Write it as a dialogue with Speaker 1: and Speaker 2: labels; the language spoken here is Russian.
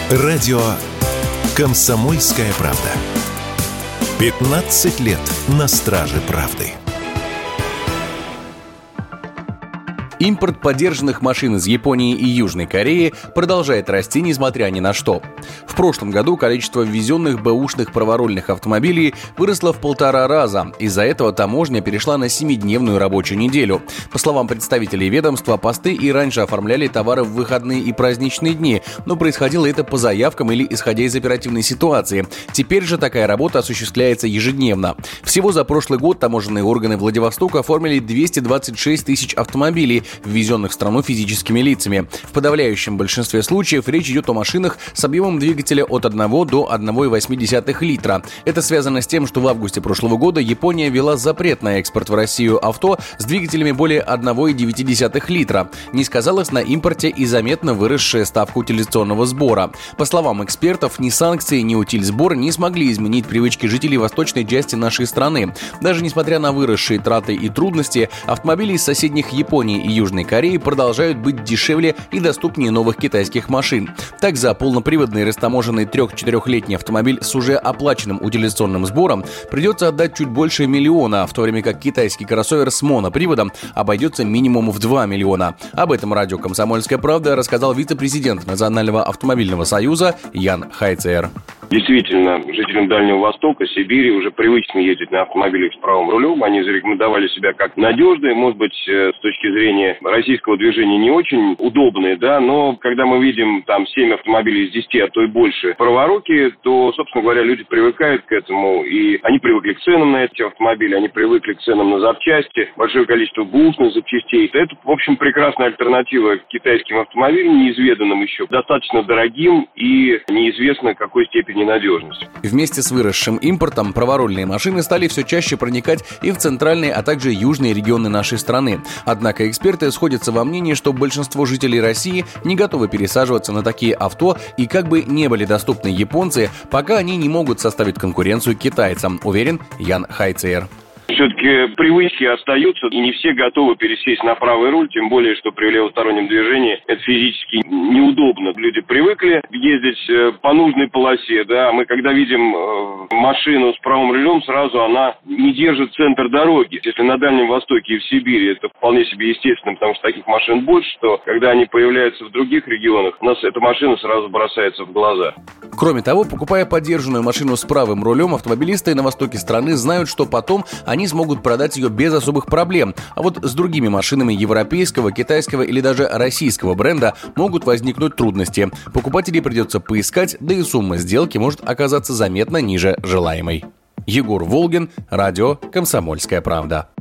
Speaker 1: Радио «Комсомольская правда». 15 лет на страже правды.
Speaker 2: Импорт подержанных машин из Японии и Южной Кореи продолжает расти, несмотря ни на что. В прошлом году количество ввезенных бэушных праворульных автомобилей выросло в 1,5 раза. Из-за этого таможня перешла на 7-дневную рабочую неделю. По словам представителей ведомства, посты и раньше оформляли товары в выходные и праздничные дни, но происходило это по заявкам или исходя из оперативной ситуации. Теперь же такая работа осуществляется ежедневно. Всего за прошлый год таможенные органы Владивостока оформили 226 тысяч автомобилей, ввезенных в страну физическими лицами. В подавляющем большинстве случаев речь идет о машинах с объемом двигателя от 1 до 1,8 литра. Это связано с тем, что в августе прошлого года Япония ввела запрет на экспорт в Россию авто с двигателями более 1,9 литра. Не сказалось на импорте и заметно выросшая ставка утилизационного сбора. По словам экспертов, ни санкции, ни утильсбор не смогли изменить привычки жителей восточной части нашей страны. Даже несмотря на выросшие траты и трудности, автомобили из соседних Японии и Южной Кореи продолжают быть дешевле и доступнее новых китайских машин. Так, за полноприводный растаможенный 3-4-летний автомобиль с уже оплаченным утилизационным сбором придется отдать чуть больше $1 миллиона, в то время как китайский кроссовер с моноприводом обойдется минимум в $2 миллиона. Об этом радио «Комсомольская правда» рассказал вице-президент Национального автомобильного союза Ян Хайцер.
Speaker 3: Действительно, жителям Дальнего Востока, Сибири уже привычно ездить на автомобилях с правым рулем. Они зарекомендовали себя как надежные, может быть, с точки зрения российского движения не очень удобные, да, но когда мы видим там 7 автомобилей из 10, а то и больше праворуки, то, собственно говоря, люди привыкают к этому, и они привыкли к ценам на эти автомобили, они привыкли к ценам на запчасти, большое количество бэушных запчастей. Это, в общем, прекрасная альтернатива к китайским автомобилям, неизведанным еще, достаточно дорогим и неизвестно какой степени надежности.
Speaker 2: Вместе с выросшим импортом праворульные машины стали все чаще проникать и в центральные, а также южные регионы нашей страны. Однако эксперты сходятся во мнении, что большинство жителей России не готовы пересаживаться на такие авто, и как бы не были доступны японцы, пока они не могут составить конкуренцию китайцам, уверен Ян Хайцер.
Speaker 3: Все-таки привычки остаются, и не все готовы пересесть на правый руль, тем более, что при левостороннем движении это физически неудобно. Люди привыкли ездить по нужной полосе, да, а мы когда видим машину с правым рулем, сразу она не держит центр дороги. Если на Дальнем Востоке и в Сибири это вполне себе естественно, потому что таких машин больше, что когда они появляются в других регионах, у нас эта машина сразу бросается в глаза.
Speaker 2: Кроме того, покупая подержанную машину с правым рулем, автомобилисты на востоке страны знают, что потом они смогут продать ее без особых проблем. А вот с другими машинами европейского, китайского или даже российского бренда могут возникнуть трудности. Покупателей придется поискать, да и сумма сделки может оказаться заметно ниже желаемой. Егор Волгин, радио «Комсомольская правда».